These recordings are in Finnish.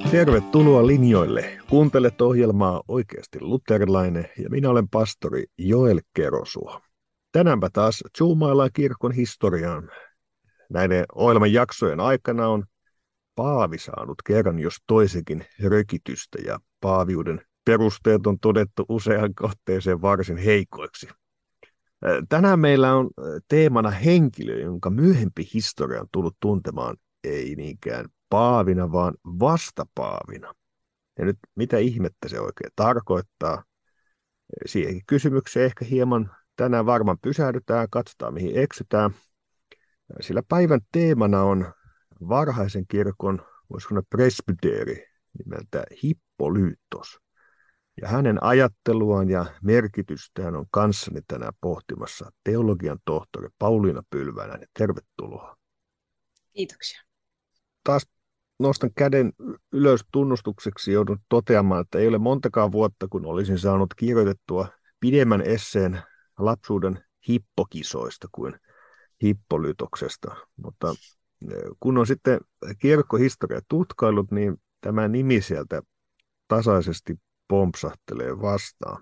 Tervetuloa linjoille. Kuuntelet ohjelmaa Oikeasti luterilainen ja minä olen pastori Joel Kerosuo. Tänäänpä taas zoomaillaan kirkon historiaan. Näiden ohjelman jaksojen aikana on paavi saanut kerran jos toisenkin rökitystä ja paaviuden perusteet on todettu usean kohteeseen varsin heikoiksi. Tänään meillä on teemana henkilö, jonka myöhempi historia on tullut tuntemaan ei niinkään paavina, vaan vastapaavina. Ja nyt mitä ihmettä se oikein tarkoittaa? Siihenkin kysymykseen ehkä hieman tänään varmaan pysähdytään, katsotaan mihin eksytään. Sillä päivän teemana on varhaisen kirkon, voisiko sanoa presbyteeri nimeltä Hippolytos. Ja hänen ajatteluaan ja merkitystään on kanssani tänään pohtimassa teologian tohtori Pauliina Pylväinen. Tervetuloa. Kiitoksia. Taas nostan käden ylös tunnustukseksi, joudun toteamaan, että ei ole montakaan vuotta, kun olisin saanut kirjoitettua pidemmän esseen lapsuuden hippokisoista kuin Hippolytoksesta. Mutta kun on sitten kirkkohistoria tutkailut, niin tämä nimi sieltä tasaisesti pompsahtelee vastaan.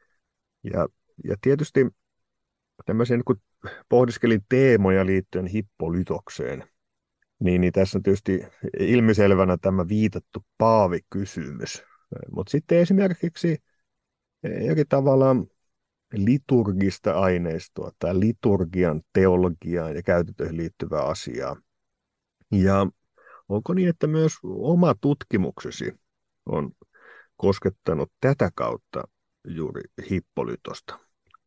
Ja tietysti tämmöisiä, kun pohdiskelin teemoja liittyen Hippolytokseen, niin tässä on tietysti ilmiselvänä tämä viitattu paavikysymys. Mutta sitten esimerkiksi eri tavalla liturgista aineistoa tai liturgian teologiaan ja käytäntöihin liittyvää asiaa. Ja onko niin, että myös oma tutkimuksesi on koskettanut tätä kautta juuri Hippolytosta?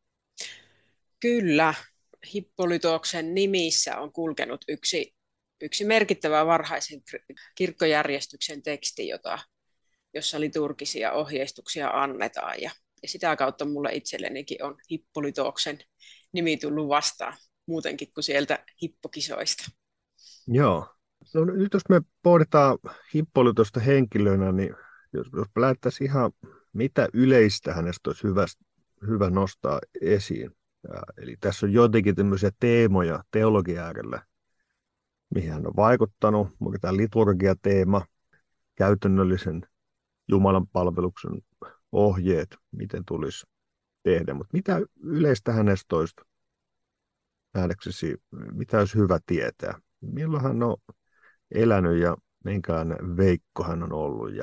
Kyllä, Hippolytoksen nimissä on kulkenut yksi merkittävä varhaisen kirkkojärjestyksen teksti, jossa liturgisia ohjeistuksia annetaan. Ja sitä kautta mulle itsellenikin on Hippolytoksen nimi tullut vastaan muutenkin kuin sieltä hippokisoista. Joo. No nyt jos me pohditaan Hippolytosta henkilönä, niin jos lähdettäisiin ihan mitä yleistä hänestä olisi hyvä nostaa esiin. Eli tässä on jotenkin tämmöisiä teemoja teologian äärellä, mihin hän on vaikuttanut. Mutta tämä liturgiateema, käytännöllisen Jumalan palveluksen ohjeet, miten tulisi tehdä. Mutta mitä yleistä hänestä olisi nähdäksesi, mitä olisi hyvä tietää? Milloin hän on elänyt ja minkälainen veikko hän on ollut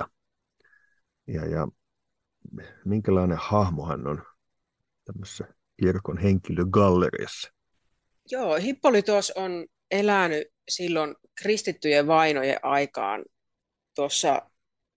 ja minkälainen hahmo hän on tämmöisessä kirkon henkilögalleriassa? Joo, Hippolytos on elänyt silloin kristittyjen vainojen aikaan tuossa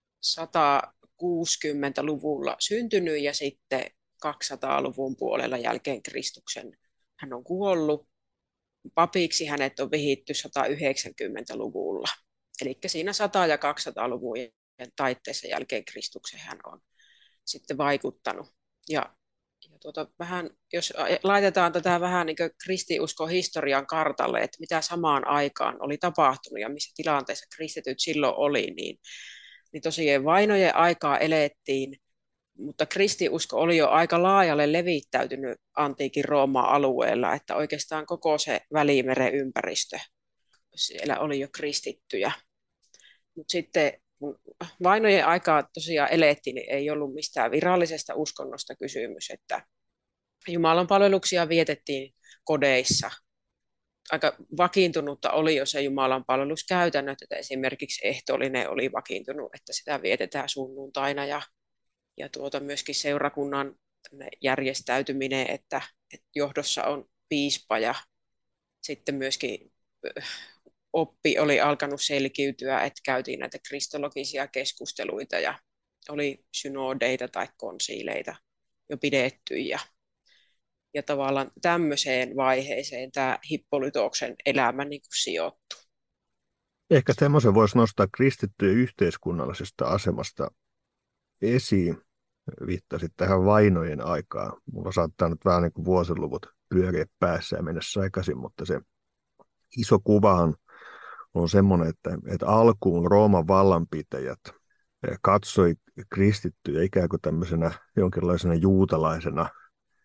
160-luvulla syntynyt ja sitten 200-luvun puolella jälkeen Kristuksen hän on kuollut. Papiksi hänet on vihitty 190-luvulla. Eli siinä 100- ja 200-luvun taitteessa jälkeen Kristuksen hän on sitten vaikuttanut. Vähän, jos laitetaan tätä vähän niin kuin kristiuskon historian kartalle, että mitä samaan aikaan oli tapahtunut ja missä tilanteessa kristityt silloin oli, niin tosiaan vainojen aikaa elettiin, mutta kristiusko oli jo aika laajalle levittäytynyt antiikin Rooman alueella, että oikeastaan koko se Välimeren ympäristö, siellä oli jo kristittyjä. Mutta sitten kun vainojen aikaa tosiaan elettiin, niin ei ollut mistään virallisesta uskonnosta kysymys, että Jumalan palveluksia vietettiin kodeissa. Aika vakiintunutta oli jo se Jumalan palveluskäytännöt, että esimerkiksi ehtoollinen oli vakiintunut, että sitä vietetään sunnuntaina ja myöskin seurakunnan järjestäytyminen, että johdossa on piispa ja sitten myöskin oppi oli alkanut selkiytyä, että käytiin näitä kristologisia keskusteluita ja oli synodeita tai konsiileita jo pidetty ja tavallaan tämmöiseen vaiheeseen tämä Hippolytoksen elämä niin kuin sijoittui. Ehkä semmoisen voisi nostaa kristittyjen yhteiskunnallisesta asemasta esiin. Viittasit tähän vainojen aikaan. Mulla saattaa nyt vähän niin kuin vuosiluvut pyöriä päässä ja mennä sekaisin, mutta se iso kuvahan on semmoinen, että alkuun Rooman vallanpitäjät katsoi kristittyjä ikään kuin tämmöisenä jonkinlaisena juutalaisena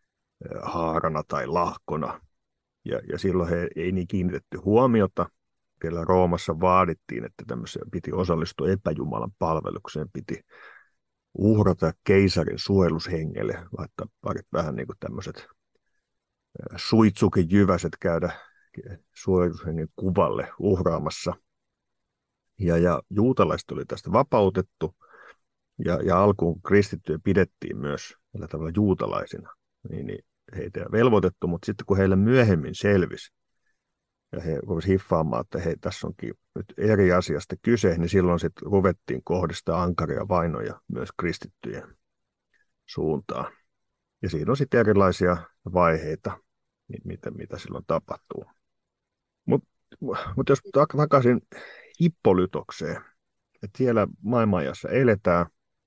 haarana tai lahkona. Ja silloin he ei niin kiinnitetty huomiota. vielä Roomassa vaadittiin, että tämmöiseen piti osallistua epäjumalan palvelukseen, piti uhrata keisarin suojelushengelle, laittaa parit vähän niin kuin tämmöiset suitsukin jyväset käydä suojelushengen kuvalle uhraamassa. Ja juutalaiset oli tästä vapautettu, ja alkuun kristittyjä pidettiin myös tällä tavalla juutalaisina. Niin heitä ei velvoitettu, mutta sitten kun heille myöhemmin selvisi, ja he rupesivat hiffaamaan, että hei, tässä onkin nyt eri asiasta kyse, niin silloin sitten ruvettiin kohdistaa ankaria vainoja myös kristittyjen suuntaan. Ja siinä on sitten erilaisia vaiheita, mitä silloin tapahtuu. Mutta jos takaisin Hippolytokseen, että siellä maailmanajassa eletään,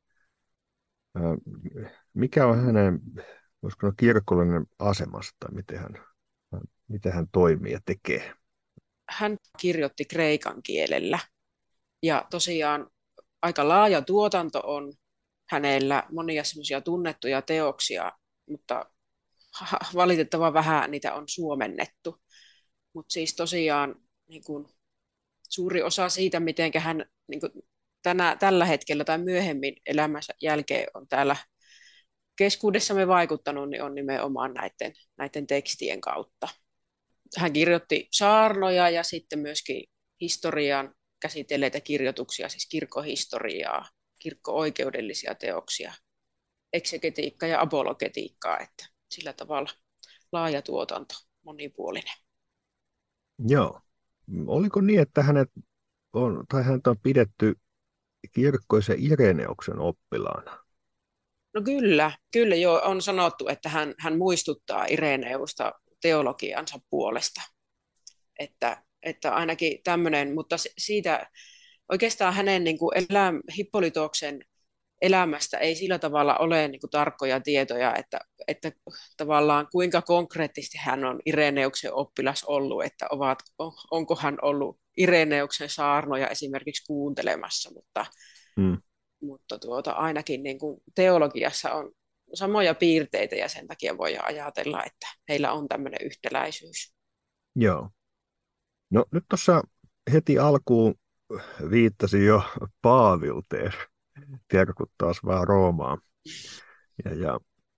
mikä on hänen, voisiko sanoa, kirkollinen asemasta, tai miten hän toimii ja tekee? Hän kirjoitti kreikan kielellä ja tosiaan aika laaja tuotanto on hänellä, monia semmoisia tunnettuja teoksia, mutta valitettavan vähän niitä on suomennettu. Mutta siis tosiaan niin kun, suuri osa siitä, miten hän niin kun, tällä hetkellä tai myöhemmin elämänsä jälkeen on täällä keskuudessamme vaikuttanut, niin on nimenomaan näiden tekstien kautta. Hän kirjoitti saarnoja ja sitten myöskin historian käsitelleitä kirjoituksia, siis kirkkohistoriaa, kirkko-oikeudellisia teoksia, eksegetiikkaa ja apologetiikkaa, että sillä tavalla laaja tuotanto, monipuolinen. Joo. Oliko niin, että häntä on pidetty kirkkoisen Ireneuksen oppilaana? No kyllä joo, on sanottu, että hän muistuttaa Ireneusta teologiansa puolesta, että ainakin tämmöinen, mutta siitä oikeastaan hänen niin kuin Hippolytoksen elämästä ei sillä tavalla ole niin kuin tarkkoja tietoja, että tavallaan kuinka konkreettisesti hän on Ireneuksen oppilas ollut, että onko hän ollut Ireneuksen saarnoja esimerkiksi kuuntelemassa, mutta ainakin niin kuin teologiassa on samoja piirteitä ja sen takia voidaan ajatella, että heillä on tämmöinen yhtäläisyys. Joo. No nyt tuossa heti alkuun viittasin jo Paavilteen, tiedätkö, kun taas vaan Roomaa. Ja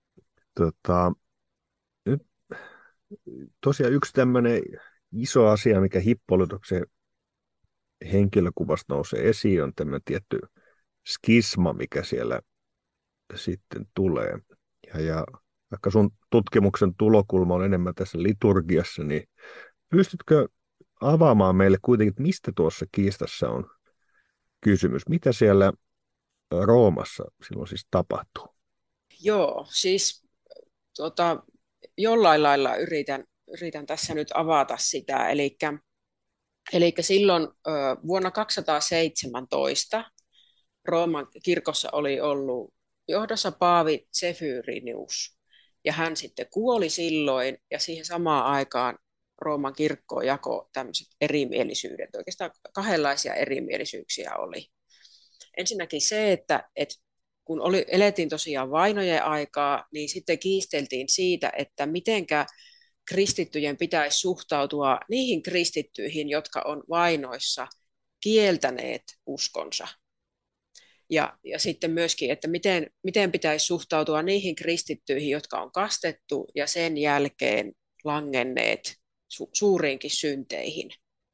nyt tosiaan yksi tämmöinen iso asia, mikä Hippolytoksen henkilökuvasta nousee esiin, on tämmöinen tietty skisma, mikä siellä sitten tulee. Ja vaikka sun tutkimuksen tulokulma on enemmän tässä liturgiassa, niin pystytkö avaamaan meille kuitenkin, että mistä tuossa kiistassa on kysymys? Mitä siellä Roomassa silloin siis tapahtuu? Joo, siis jollain lailla yritän tässä nyt avata sitä. Eli silloin vuonna 217 Rooman kirkossa oli ollut johdossa paavi Zefyrinius, ja hän sitten kuoli silloin, ja siihen samaan aikaan Rooman kirkko jakoi tämmöiset erimielisyydet. Oikeastaan kahdenlaisia erimielisyyksiä oli. Ensinnäkin se, että kun elettiin tosiaan vainojen aikaa, niin sitten kiisteltiin siitä, että mitenkä kristittyjen pitäisi suhtautua niihin kristittyihin, jotka on vainoissa kieltäneet uskonsa. Ja sitten myöskin, että miten pitäisi suhtautua niihin kristittyihin, jotka on kastettu ja sen jälkeen langenneet suuriinkin synteihin.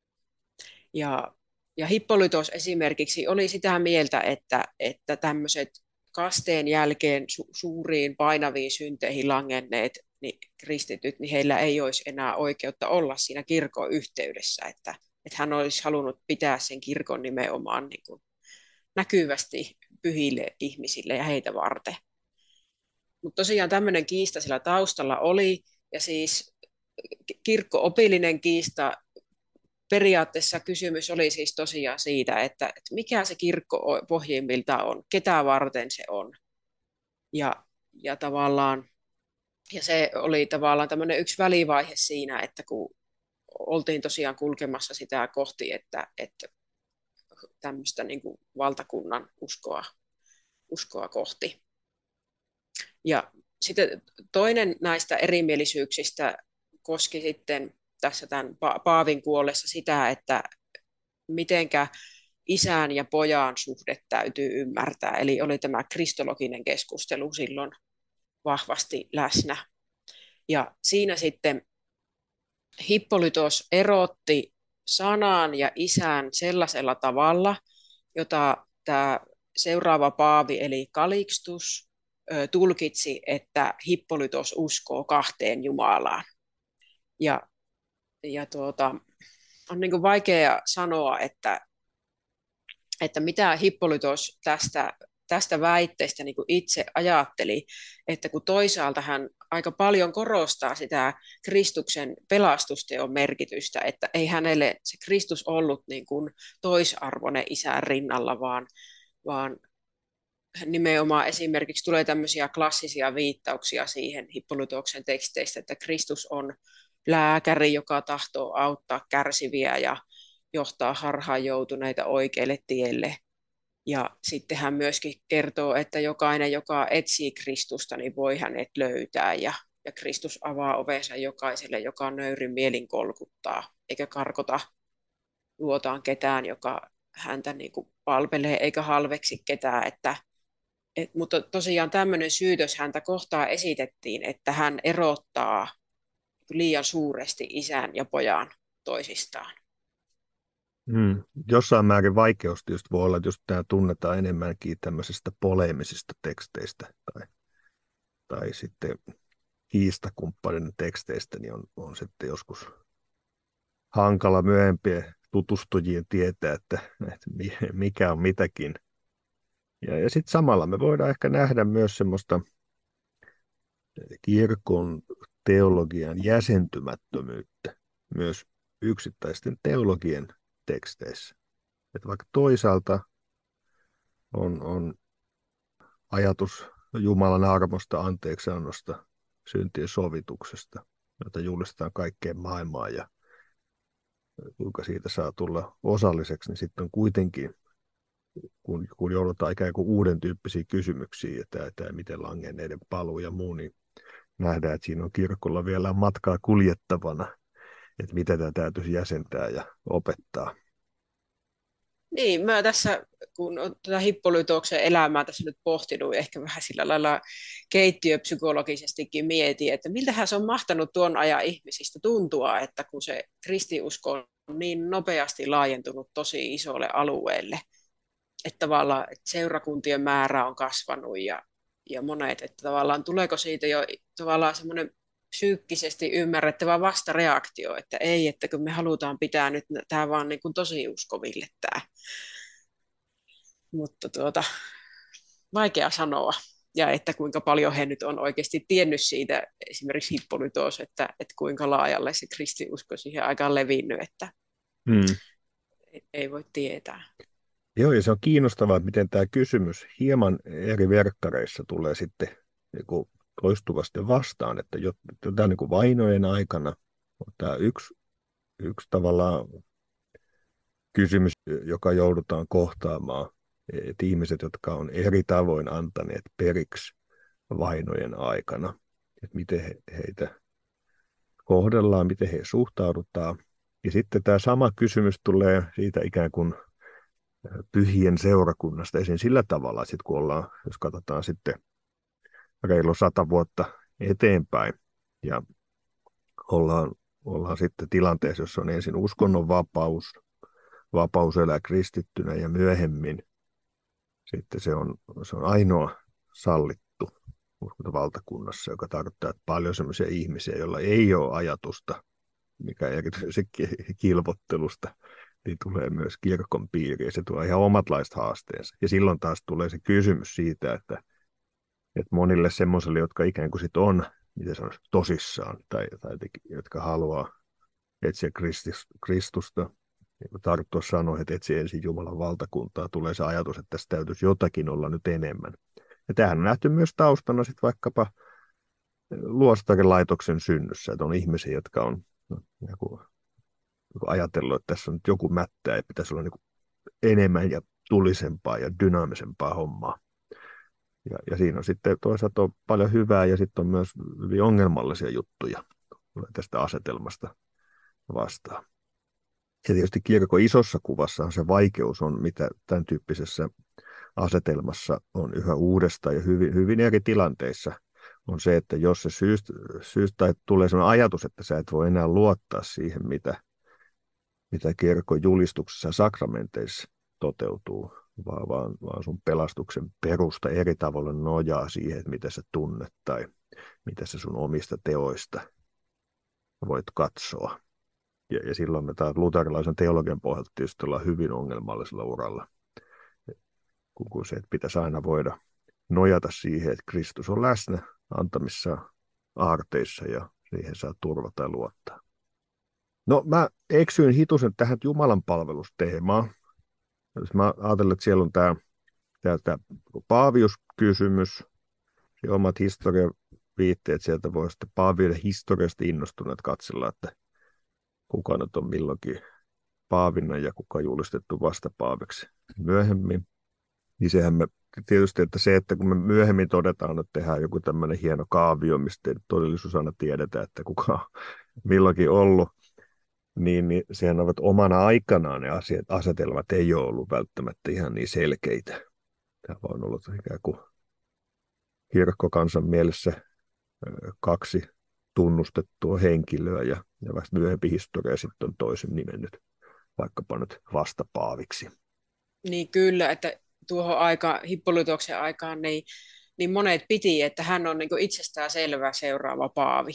Ja Hippolytos esimerkiksi oli sitä mieltä, että tämmöiset kasteen jälkeen suuriin painaviin synteihin langenneet niin kristityt, niin heillä ei olisi enää oikeutta olla siinä kirkon yhteydessä, että hän olisi halunnut pitää sen kirkon nimenomaan niin kuin näkyvästi pyhille ihmisille ja heitä varten. Mutta tosiaan tämmöinen kiista sillä taustalla oli, ja siis kirkko-opillinen kiista, periaatteessa kysymys oli siis tosiaan siitä, että mikä se kirkko pohjimmiltaan on, ketä varten se on. Ja tavallaan, ja se oli tavallaan tämmöinen yksi välivaihe siinä, että kun oltiin tosiaan kulkemassa sitä kohti, että tämmöistä niin kuin valtakunnan uskoa kohti. Ja sitten toinen näistä erimielisyyksistä koski sitten tässä tämän Paavin kuollessa sitä, mitenkä isän ja pojan suhde täytyy ymmärtää. Eli oli tämä kristologinen keskustelu silloin vahvasti läsnä. Ja siinä sitten Hippolytos erotti sanan ja isän sellaisella tavalla, jota tämä seuraava paavi eli Kalikstus tulkitsi, että Hippolytos uskoo kahteen Jumalaan. Ja on niin kuin vaikea sanoa, että mitä Hippolytos tästä väitteestä niin kuin itse ajatteli, että kun toisaalta hän aika paljon korostaa sitä Kristuksen pelastusteon merkitystä, että ei hänelle se Kristus ollut niin kuin toisarvoinen isän rinnalla, vaan nimenomaan esimerkiksi tulee tämmöisiä klassisia viittauksia siihen Hippolytoksen teksteistä, että Kristus on lääkäri, joka tahtoo auttaa kärsiviä ja johtaa harhaan joutuneita oikealle tielle. Ja sitten hän myöskin kertoo, että jokainen, joka etsii Kristusta, niin voi hänet löytää. Ja Kristus avaa ovensa jokaiselle, joka nöyrin mielin kolkuttaa, eikä karkota luotaan ketään, joka häntä niin kuin palvelee, eikä halveksi ketään. Mutta tosiaan tämmöinen syytös häntä kohtaan esitettiin, että hän erottaa liian suuresti isän ja pojan toisistaan. Jossain määrin vaikeus just voi olla, että just tämä tunnetaan enemmänkin tämmöisistä poleemisista teksteistä tai sitten kiistakumppanin teksteistä, niin on sitten joskus hankala myöhempien tutustujien tietää, että mikä on mitäkin. Ja sitten samalla me voidaan ehkä nähdä myös semmoista kirkon teologian jäsentymättömyyttä myös yksittäisten teologien teksteissä. Että vaikka toisaalta on ajatus Jumalan armosta, anteeksiannosta, syntien sovituksesta, jota julistetaan kaikkeen maailmaan ja kuinka siitä saa tulla osalliseksi, niin sitten on kuitenkin, kun joudutaan ikään kuin uuden tyyppisiä kysymyksiä, että miten langenneiden paluu ja muu, niin nähdään, että siinä on kirkolla vielä matkaa kuljettavana, että mitä tämä täytyisi jäsentää ja opettaa. Niin, mä tässä, kun olen tätä Hippolytoksen elämää tässä nyt pohtinut, ehkä vähän sillä lailla keittiöpsykologisestikin mietin, että miltähän se on mahtanut tuon ajan ihmisistä tuntua, että kun se kristiusko on niin nopeasti laajentunut tosi isolle alueelle, että tavallaan että seurakuntien määrä on kasvanut ja monet, että tavallaan tuleeko siitä jo tavallaan semmoinen psyykkisesti ymmärrettävä vastareaktio, että ei, että kun me halutaan pitää nyt tämä vaan niin kuin tosi uskoville tämä. Mutta vaikea sanoa. Ja että kuinka paljon he nyt on oikeasti tiennyt siitä, esimerkiksi Hippolytos, että kuinka laajalle se kristiusko siihen aikaan levinnyt, että ei voi tietää. Joo, ja se on kiinnostavaa, että miten tämä kysymys hieman eri verkkareissa tulee sitten niin toistuvasti vastaan, että tämä niin kuin vainojen aikana on tämä yksi tavallaan kysymys, joka joudutaan kohtaamaan, että ihmiset, jotka on eri tavoin antaneet periksi vainojen aikana, että miten heitä kohdellaan, miten he suhtaudutaan. Ja sitten tämä sama kysymys tulee siitä ikään kuin pyhien seurakunnasta esiin sillä tavalla, että kun ollaan, jos katsotaan sitten reilu 100 vuotta eteenpäin ja ollaan sitten tilanteessa, jossa on ensin vapaus elää kristittynä ja myöhemmin sitten se on ainoa sallittu uskontovaltakunnassa, joka tarkoittaa, että paljon sellaisia ihmisiä, joilla ei ole ajatusta, mikä erityisesti kilvottelusta, niin tulee myös kirkon piiriin ja se tulee ihan omatlaiset haasteensa. Ja silloin taas tulee se kysymys siitä, että monille semmoisille, jotka ikään kuin sit on, miten se on, tosissaan tai jotka haluaa etsiä Kristusta, niin kuin Tarttua sanoi, että etsi ensin Jumalan valtakuntaa, tulee se ajatus, että tässä täytyisi jotakin olla nyt enemmän. Ja tämähän on nähty myös taustana sitten vaikkapa luostarilaitoksen synnyssä, että on ihmisiä, jotka on ajatellut, että tässä on nyt joku mättää ja pitäisi olla niin enemmän ja tulisempaa ja dynaamisempaa hommaa. Ja siinä on sitten toisaalta on paljon hyvää ja sitten on myös hyvin ongelmallisia juttuja tästä asetelmasta vastaan. Ja tietysti kirkon isossa kuvassahan se vaikeus on, mitä tämän tyyppisessä asetelmassa on yhä uudestaan ja hyvin, hyvin eri tilanteissa, on se, että jos se syystä tai tulee sellainen ajatus, että sä et voi enää luottaa siihen, mitä kirkon julistuksessa ja sakramenteissa toteutuu, vaan sun pelastuksen perusta eri tavalla nojaa siihen, että mitä sä tunnet tai mitä sä sun omista teoista voit katsoa. Ja silloin me taas luterilaisen teologian pohjalta tietysti ollaan hyvin ongelmallisella uralla, kun se, että pitäisi aina voida nojata siihen, että Kristus on läsnä antamissa aarteissa ja siihen saa turvata ja luottaa. No mä eksyin hitusen tähän Jumalan palvelusteemaan. Jos mä ajattelen, että siellä on tämä Paaviuskysymys ja omat historian viitteet sieltä voi sitten Paaviuden historiasta innostuneet katsella, että kuka nyt on milloinkin paavina ja kuka on julistettu vasta paaviksi myöhemmin. Niin sehän me tietysti, että kun me myöhemmin todetaan, että tehdään joku tämmöinen hieno kaavio, mistä todellisuus aina tiedetään, että kuka on milloinkin ollut, niin sehän ovat omana aikanaan ne asetelmat ei ole ollut välttämättä ihan niin selkeitä. Tämä on ollut ikään kuin kirkkokansan mielessä kaksi tunnustettua henkilöä ja vasta myöhempi historia sitten on toisen nimennyt vaikkapa nyt vastapaaviksi. Niin kyllä, että tuohon Hippolytoksen aikaan niin monet piti, että hän on niin kuin itsestään selvä seuraava paavi,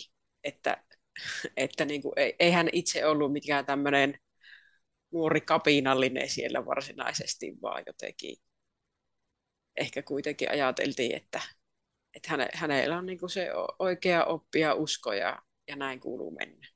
että niin kuin, ei hän itse ollut mikään tämmöinen nuori kapinallinen siellä varsinaisesti, vaan jotenkin ehkä kuitenkin ajateltiin, että hänellä on niin kuin se oikea oppi ja usko ja näin kuuluu mennä.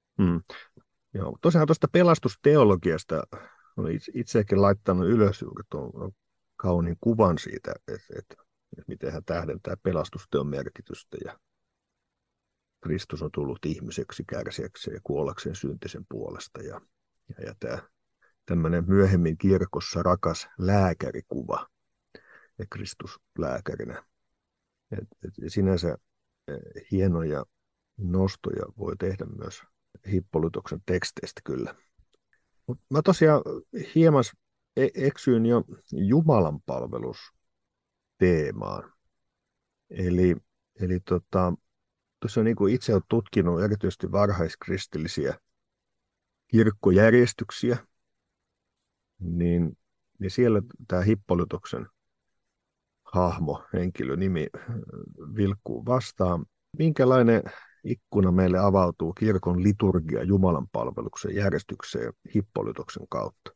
Joo, tosiaan tuosta pelastusteologiasta olen itsekin laittanut ylös juuri tuon kauniin kuvan siitä, että miten hän tähdentää pelastusteon merkitystä ja Kristus on tullut ihmiseksi kärsiäkseen ja kuollakseen syntisen puolesta ja tämä tämmöinen myöhemmin kirkossa rakas lääkärikuva ja Kristus lääkärinä. Sinänsä hienoja nostoja voi tehdä myös Hippolytoksen teksteistä kyllä. Mut mä tosiaan hieman eksyin jo Jumalan palvelusteemaan. Eli tuossa niin kuin itse olen tutkinut erityisesti varhaiskristillisiä kirkkojärjestyksiä, niin siellä tämä Hippolytoksen hahmo, henkilönimi vilkkuu vastaan. Minkälainen ikkuna meille avautuu kirkon liturgia Jumalan palveluksen järjestykseen Hippolytoksen kautta?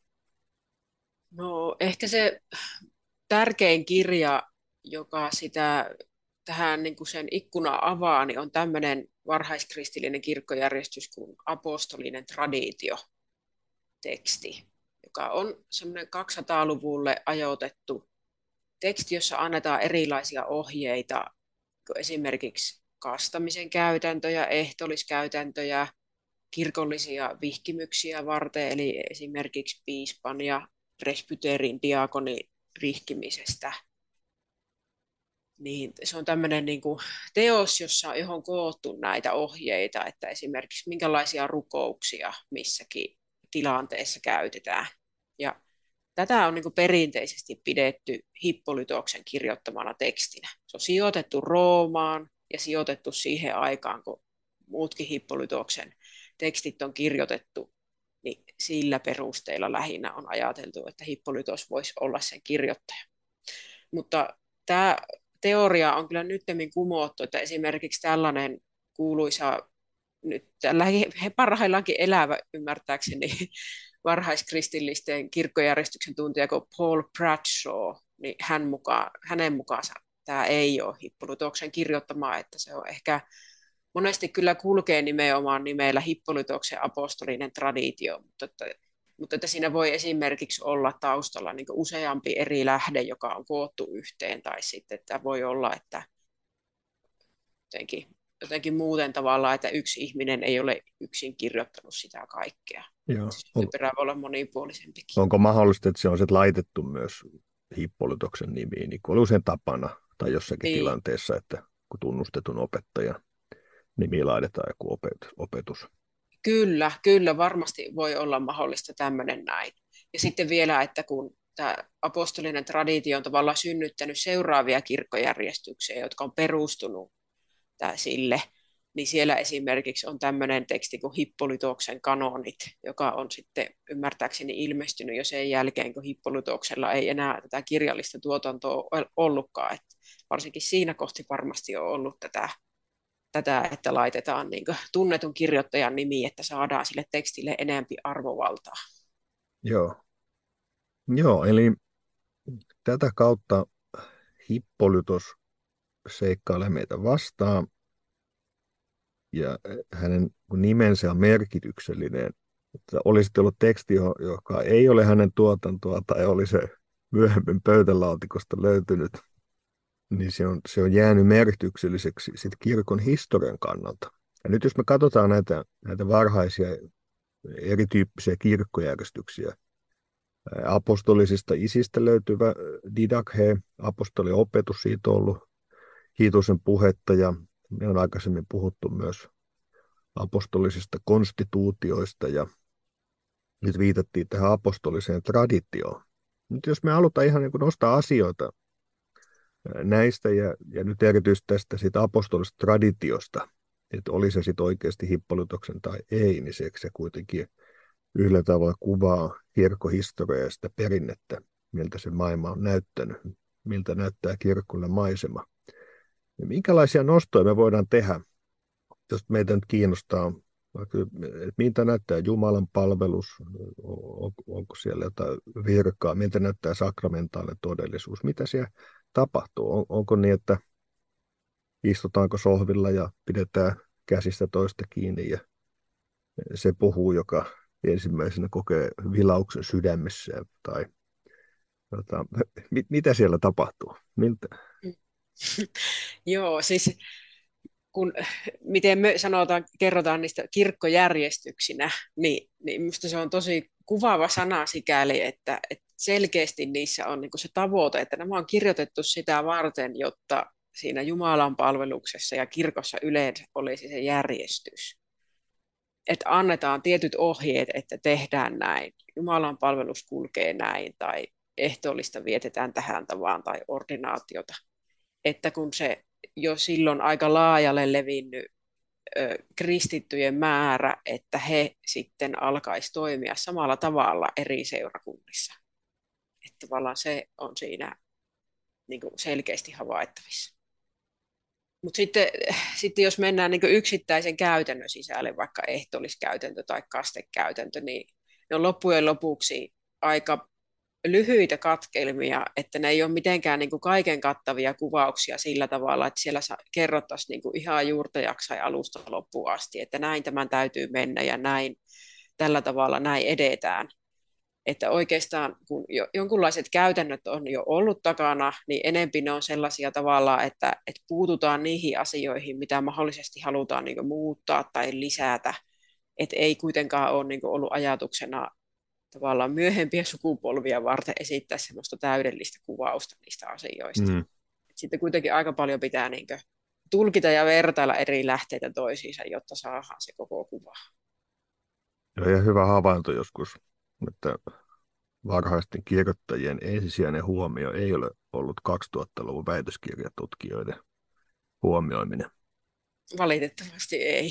No ehkä se tärkein kirja, joka tähän niin kuin sen ikkuna avaa, niin on tämmöinen varhaiskristillinen kirkkojärjestys kuin apostolinen traditio-teksti, joka on semmoinen 200-luvulle ajoitettu teksti, jossa annetaan erilaisia ohjeita, esimerkiksi kastamisen käytäntöjä, ehtoolliskäytäntöjä, kirkollisia vihkimyksiä varten, eli esimerkiksi piispan ja presbyterin diakonin vihkimisestä. Niin se on tämmöinen niin kuin teos, johon on koottu näitä ohjeita, että esimerkiksi minkälaisia rukouksia missäkin tilanteessa käytetään. Ja tätä on niin kuin perinteisesti pidetty Hippolytoksen kirjoittamana tekstinä. Se on sijoitettu Roomaan ja sijoitettu siihen aikaan, kun muutkin Hippolytoksen tekstit on kirjoitettu, niin sillä perusteella lähinnä on ajateltu, että Hippolytos voisi olla sen kirjoittaja. Mutta tämä teoria on kyllä nyttemmin kumottu, että esimerkiksi tällainen kuuluisa, nyt parhaillaankin elävä ymmärtääkseni, varhaiskristillisten kirkkojärjestyksen tuntija kuin Paul Bradshaw, niin hänen mukaansa tämä ei ole Hippolytoksen kirjoittamaa, että se on ehkä monesti kyllä kulkee nimenomaan nimellä Hippolytoksen apostolinen traditio, mutta että siinä voi esimerkiksi olla taustalla niin kuin useampi eri lähde, joka on koottu yhteen, tai sitten että voi olla, että jotenkin muuten tavallaan, että yksi ihminen ei ole yksin kirjoittanut sitä kaikkea. Joo. Perä voi olla monipuolisempikin. Onko mahdollista, että se on laitettu myös Hippolytoksen nimiin, niin kuin oli usein tapana tai jossakin tilanteessa, että kun tunnustetun opettajan nimi laitetaan joku opetus? Kyllä, kyllä, varmasti voi olla mahdollista tämmöinen näin. Ja sitten vielä, että kun tämä apostolinen traditio on tavallaan synnyttänyt seuraavia kirkkojärjestyksiä, jotka on perustunut sille, niin siellä esimerkiksi on tämmöinen teksti kuin Hippolytoksen kanonit, joka on sitten ymmärtääkseni ilmestynyt jo sen jälkeen, kun Hippolytoksella ei enää tätä kirjallista tuotantoa ollutkaan. Että varsinkin siinä kohti varmasti on ollut tätä, että laitetaan niin kuin tunnetun kirjoittajan nimi, että saadaan sille tekstille enempi arvovaltaa. Joo. Joo, eli tätä kautta Hippolytos seikkailee meitä vastaan, ja hänen nimensä on merkityksellinen. Että olisi ollut teksti, joka ei ole hänen tuotantoa, tai oli se myöhemmin pöytälaatikosta löytynyt, niin se on jäänyt merkitykselliseksi sit kirkon historian kannalta. Ja nyt jos me katsotaan näitä varhaisia erityyppisiä kirkkojärjestyksiä, apostolisista isistä löytyvä didakhe, apostoliopetus, siitä on ollut Hiitusen puhetta, ja me on aikaisemmin puhuttu myös apostolisista konstituutioista, ja nyt viitattiin tähän apostoliseen traditioon. Nyt jos me halutaan ihan niin kuin nostaa asioita näistä, ja nyt erityisesti tästä siitä apostolisesta traditiosta, että oli se sitten oikeasti Hippolytoksen tai ei, niin se kuitenkin yhdellä tavalla kuvaa kirkkohistoriaa ja sitä perinnettä, miltä se maailma on näyttänyt, miltä näyttää kirkolle maisema. Ja minkälaisia nostoja me voidaan tehdä, jos meitä nyt kiinnostaa, että miltä näyttää Jumalan palvelus, onko siellä jotain virkaa, miltä näyttää sakramentaalinen todellisuus, mitä siellä tapahtuu, onko niin, että istutaanko sohvilla ja pidetään käsistä toista kiinni ja se puhuu, joka ensimmäisenä kokee vilauksen sydämessään, tai mitä siellä tapahtuu, miltä? Joo, siis miten me kerrotaan niistä kirkkojärjestyksinä, niin minusta se on tosi kuvaava sana sikäli, että selkeästi niissä on niin kuin se tavoite, että nämä on kirjoitettu sitä varten, jotta siinä Jumalan palveluksessa ja kirkossa yleensä olisi se järjestys. Että annetaan tietyt ohjeet, että tehdään näin, Jumalan palvelus kulkee näin, tai ehtoollista vietetään tähän tavaan, tai ordinaatiota. Että kun se jo silloin aika laajalle levinnyt kristittyjen määrä, että he sitten alkaisi toimia samalla tavalla eri seurakunnissa. Että tavallaan se on siinä niin kuin selkeästi havaittavissa. Mutta sitten jos mennään niin kuin yksittäisen käytännön sisälle, vaikka ehtoolliskäytäntö tai kastekäytäntö, niin ne on loppujen lopuksi aika lyhyitä katkelmia, että ne ei ole mitenkään niin kuin kaiken kattavia kuvauksia sillä tavalla, että siellä kerrottaisiin niin kuin ihan juurta jaksain alusta loppuun asti, että näin tämän täytyy mennä ja näin tällä tavalla näin edetään. Että oikeastaan kun jonkunlaiset käytännöt on jo ollut takana, niin enempi ne on sellaisia tavalla, että puututaan niihin asioihin, mitä mahdollisesti halutaan niin kuin muuttaa tai lisätä. Että ei kuitenkaan ole niin kuin ollut ajatuksena tavallaan myöhempiä sukupolvia varten esittää semmoista täydellistä kuvausta niistä asioista. Mm. Sitten kuitenkin aika paljon pitää niin kuin tulkita ja vertailla eri lähteitä toisiinsa, jotta saadaan se koko kuva. Ja hyvä havainto joskus, että varhaisten kirjoittajien ensisijainen huomio ei ole ollut 2000-luvun väitöskirjatutkijoiden huomioiminen. Valitettavasti ei.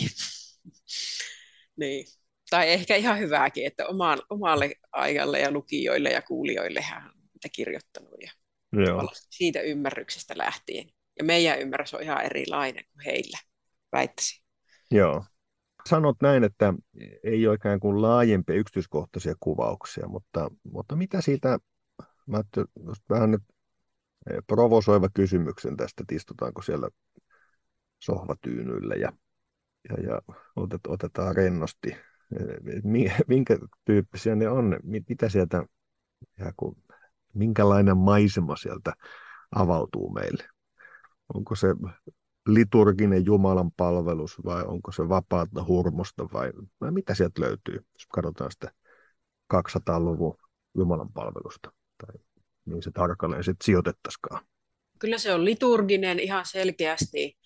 Niin. Tai ehkä ihan hyvääkin, että omalle ajalle ja lukijoille ja kuulijoille hän on niitä kirjoittanut ja siitä ymmärryksestä lähtien. Ja meidän ymmärrys on ihan erilainen kuin heillä, väittäisin. Joo. Sanot näin, että ei ole ikään kuin laajempia yksityiskohtaisia kuvauksia, mutta mitä siitä, mä just vähän nyt provosoiva kysymyksen tästä, että istutaanko siellä sohvatyynyillä ja otetaan rennosti. Minkä tyyppisiä ne on? Mitä sieltä, minkälainen maisema sieltä avautuu meille? Onko se liturginen Jumalan palvelus vai onko se vapaata hurmosta vai mitä sieltä löytyy, jos katsotaan sitä 200-luvun Jumalan palvelusta tai niin se tarkalleen sitten sijoitettaisikaan? Kyllä se on liturginen ihan selkeästi.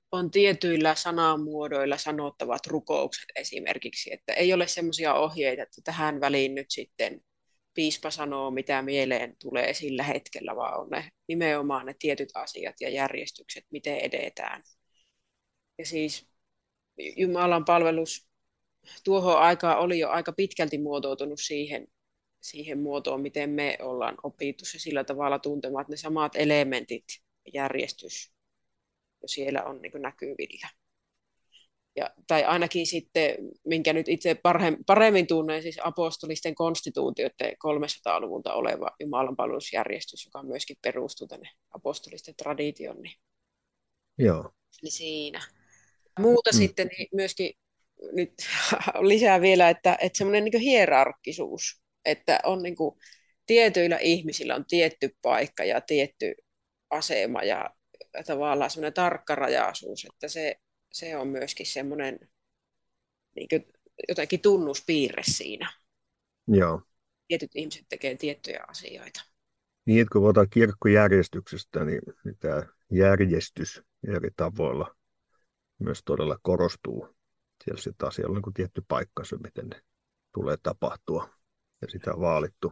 on tietyillä sanamuodoilla sanottavat rukoukset esimerkiksi, että ei ole semmoisia ohjeita, että tähän väliin nyt sitten piispa sanoo, mitä mieleen tulee sillä hetkellä, vaan on ne nimenomaan ne tietyt asiat ja järjestykset, miten edetään. Ja siis Jumalan palvelus tuohon aikaan oli jo aika pitkälti muotoutunut siihen muotoon, miten me ollaan opittu se sillä tavalla tuntemaan, että ne samat elementit ja järjestys jo siellä on niin kuin näkyvillä. Tai ainakin sitten, minkä nyt itse paremmin tunnen, siis apostolisten konstituutioiden 300-luvulta oleva jumalanpalvelusjärjestys, joka myöskin perustuu tänne apostolisten traditioon, Joo. niin siinä. Muuta sitten niin myöskin nyt lisää vielä, että semmoinen niin hierarkkisuus, että on niin kuin, tietyillä ihmisillä on tietty paikka ja tietty asema ja tavallaan semmoinen tarkkarajaisuus, että se on myöskin semmoinen niin kuin, jotenkin tunnuspiirre siinä. Joo. Tietyt ihmiset tekee tiettyjä asioita. Niin, että kun puhutaan kirkkojärjestyksestä, niin tämä järjestys eri tavoilla myös todella korostuu. Siellä sitten asialla on niin tietty paikkansa, miten ne tulee tapahtua, ja sitä on vaalittu.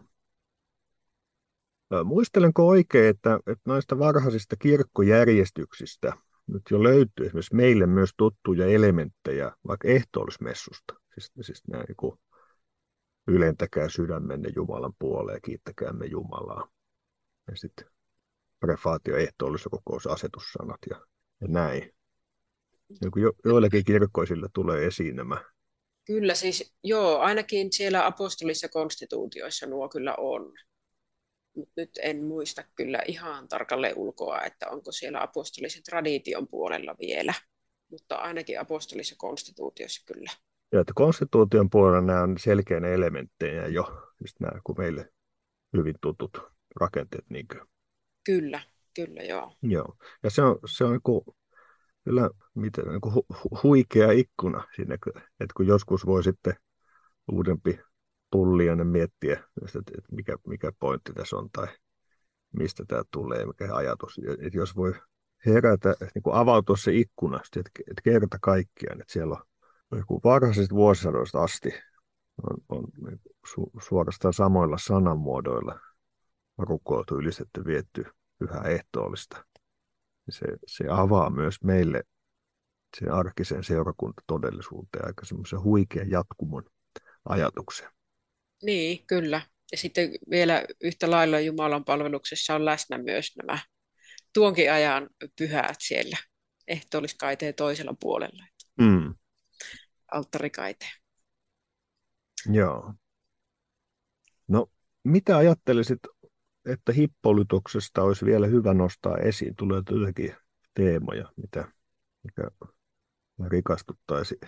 Muistelenko oikein, että näistä varhaisista kirkkojärjestyksistä nyt jo löytyy esimerkiksi meille myös tuttuja elementtejä, vaikka ehtoollismessusta. Siis nämä niin ylentäkää sydämenne Jumalan puoleen, kiittäkäämme Jumalaa. Ja sitten prefaatio, ehtoollisrukous, asetussanat ja näin. Joillekin kirkkoisille tulee esiin nämä. Kyllä siis, joo, ainakin siellä apostolisissa konstituutioissa nuo kyllä on. Mut nyt en muista kyllä ihan tarkalleen ulkoa, että onko siellä apostolisen tradition puolella vielä, mutta ainakin apostolisissa konstituutioissa kyllä. Ja että konstituution puolella nämä on selkeänä elementtejä jo, just nämä kuin meille hyvin tutut rakenteet. Kyllä, kyllä joo. Joo. Ja se on kyllä huikea ikkuna sinne, että kun joskus voi sitten uudempi pulliainen miettiä, että mikä pointti tässä on tai mistä tämä tulee, mikä ajatus. Että jos voi herätä, niin kuin avautua se ikkuna, että kerta kaikkiaan, että siellä on varhaisista vuosisadoista asti on suorastaan samoilla sanamuodoilla rukoiltu, ylistetty, vietty pyhää ehtoollista. Se avaa myös meille sen arkisen seurakuntatodellisuuteen aika semmoisen huikean jatkumon ajatuksen. Niin, kyllä. Ja sitten vielä yhtä lailla Jumalan palveluksessa on läsnä myös nämä tuonkin ajan pyhät siellä ehtoolliskaiteen toisella puolella. Alttarikaiteen. Joo. No, mitä ajattelisit, että Hippolytoksesta olisi vielä hyvä nostaa esiin? Tulee jotakin teemoja, mikä rikastuttaisi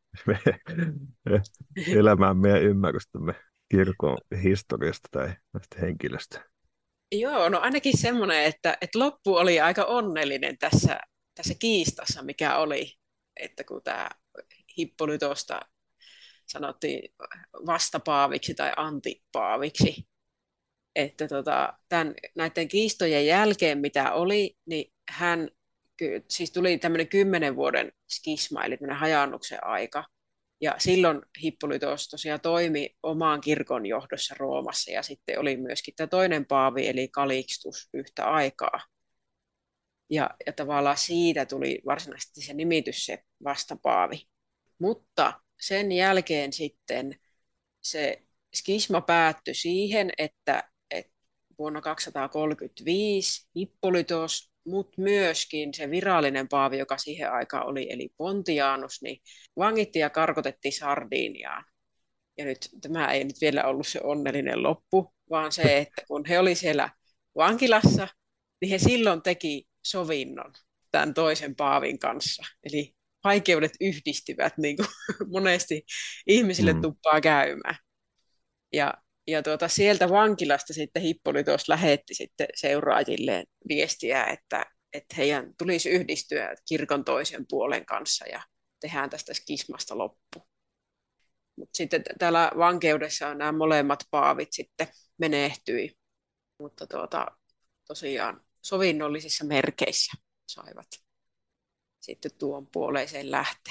elämäämme ja ymmärrystämme kirkon historiasta tai näistä henkilöstä. Joo, no ainakin semmoinen, että loppu oli aika onnellinen tässä kiistassa, mikä oli, että kun tämä Hippolytosta sanottiin vastapaaviksi tai antipaaviksi, että näiden kiistojen jälkeen, mitä oli, niin hän siis tuli tämmöinen 10 vuoden skisma, eli tämmöinen hajannuksen aika, ja silloin Hippolytos tosiaan toimi omaan kirkon johdossa Roomassa, ja sitten oli myöskin tämä toinen paavi, eli Calixtus yhtä aikaa. Ja tavallaan siitä tuli varsinaisesti se nimitys, se vastapaavi. Mutta sen jälkeen sitten se skisma päättyi siihen, että vuonna 235 Hippolytos, mutta myöskin se virallinen paavi, joka siihen aikaan oli, eli Pontianus, niin vangittiin ja karkotettiin Sardiniaan. Ja nyt tämä ei nyt vielä ollut se onnellinen loppu, vaan se, että kun he oli siellä vankilassa, niin he silloin teki sovinnon tämän toisen paavin kanssa. Eli vaikeudet yhdistyvät, niin kuin monesti ihmisille tuppaa käymään. Ja sieltä vankilasta sitten Hippolytos lähetti sitten seuraajilleen viestiä, että heidän tulisi yhdistyä kirkon toisen puolen kanssa ja tehdään tästä skismasta loppu. Mutta sitten täällä vankeudessa nämä molemmat paavit sitten menehtyi, mutta tosiaan sovinnollisissa merkeissä saivat sitten tuon puoleiseen lähtee.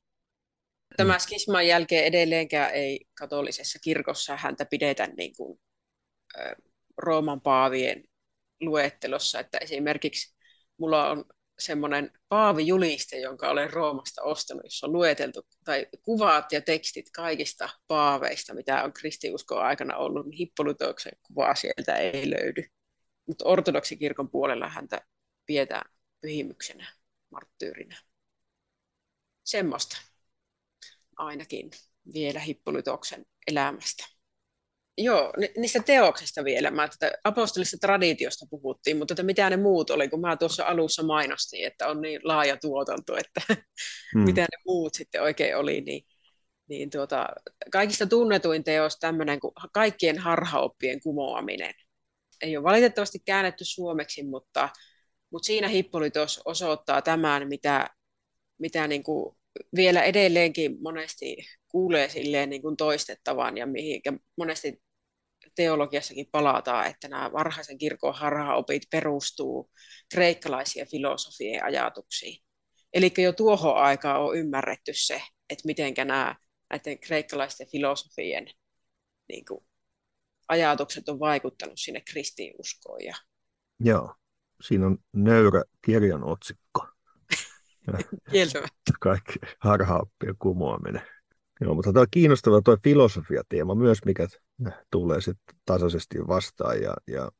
Mm. Tämä skisman jälkeen edelleenkään ei katolisessa kirkossa häntä pidetä niin kuin Rooman paavien luettelossa, että esimerkiksi mulla on semmoinen paavijuliste, jonka olen Roomasta ostanut, jossa on lueteltu tai kuvat ja tekstit kaikista paaveista, mitä on kristiuskon aikana ollut, niin Hippolytoksen kuvaa sieltä ei löydy. Mutta ortodoksikirkon puolella häntä pidetään pyhimyksenä, marttyyrinä. Semmoista ainakin vielä Hippolytoksen elämästä. Joo, niistä teoksista vielä. Mä tätä apostolista traditiosta puhuttiin, mutta että mitä ne muut oli, kun mä tuossa alussa mainostin, että on niin laaja tuotanto, että mitä ne muut sitten oikein oli, niin kaikista tunnetuin teos tämmöinen kuin kaikkien harhaoppien kumoaminen. Ei ole valitettavasti käännetty suomeksi, mutta siinä Hippolytos osoittaa tämän, mitä niin kuin vielä edelleenkin monesti kuulee silleen niin kuin toistettavan ja mihinkä monesti teologiassakin palataan, että nämä varhaisen kirkon harhaopit perustuu kreikkalaisia filosofien ajatuksiin. Eli jo tuohon aikaan on ymmärretty se, että miten näiden kreikkalaisten filosofien niin kuin, ajatukset on vaikuttanut sinne kristinuskoon. Joo, siinä on nöyrä kirjan otsikko. Kieltämättä. Kaikki harhaoppien kumoaminen. Joo, mutta tämä on kiinnostava tuo filosofiateema myös, mikä tulee sitten tasaisesti vastaan ja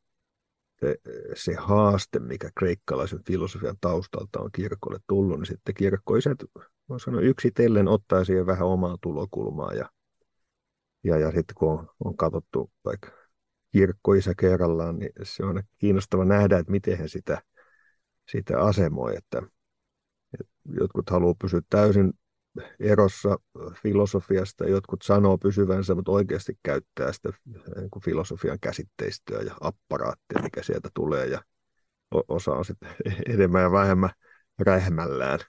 se haaste, mikä kreikkalaisen filosofian taustalta on kirkolle tullut, niin sitten kirkkoisät, voisi sanoa, yksitellen ottaa siihen vähän omaa tulokulmaa ja sitten kun on katsottu vaikka kirkkoisä kerrallaan, niin se on kiinnostava nähdä, että miten he sitä asemoi, että jotkut haluaa pysyä täysin erossa filosofiasta, jotkut sanoo pysyvänsä, mutta oikeasti käyttää sitä niin kuin filosofian käsitteistöä ja apparaattia, mikä sieltä tulee, ja osa on sitten enemmän ja vähemmän rähmällään.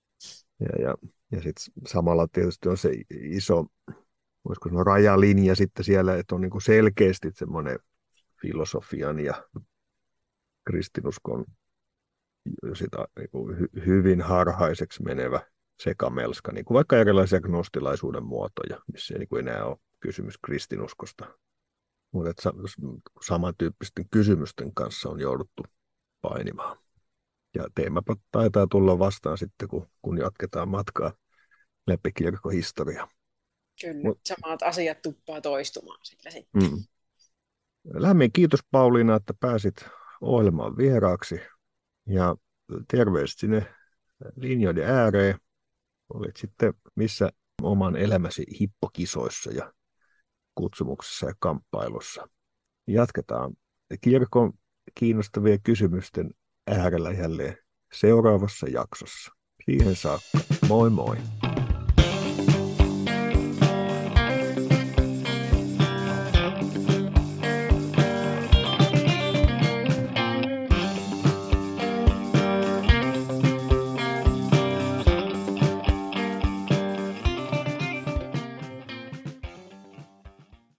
Ja sitten samalla tietysti on se iso, voisiko sanoa, rajalinja sitten siellä, että on niin kuin selkeästi semmoinen filosofian ja kristinuskon sitä niin kuin hyvin harhaiseksi menevä sekamelska, niin kuin vaikka erilaisia gnostilaisuuden muotoja, missä ei niin kuin enää ole kysymys kristinuskosta. Mutta samantyyppisten kysymysten kanssa on jouduttu painimaan. Ja teemapa taitaa tulla vastaan sitten, kun jatketaan matkaa läpi kirkkohistoriaa. Kyllä, samat asiat tuppaa toistumaan sillä sitten. Lämmin kiitos Pauliina, että pääsit ohjelmaan vieraaksi. Ja terveiset sinne linjoiden ääreen. Olit sitten missä oman elämäsi hippokisoissa ja kutsumuksessa ja kamppailussa. Jatketaan kirkon kiinnostavien kysymysten äärellä jälleen seuraavassa jaksossa. Siihen saakka. Moi moi!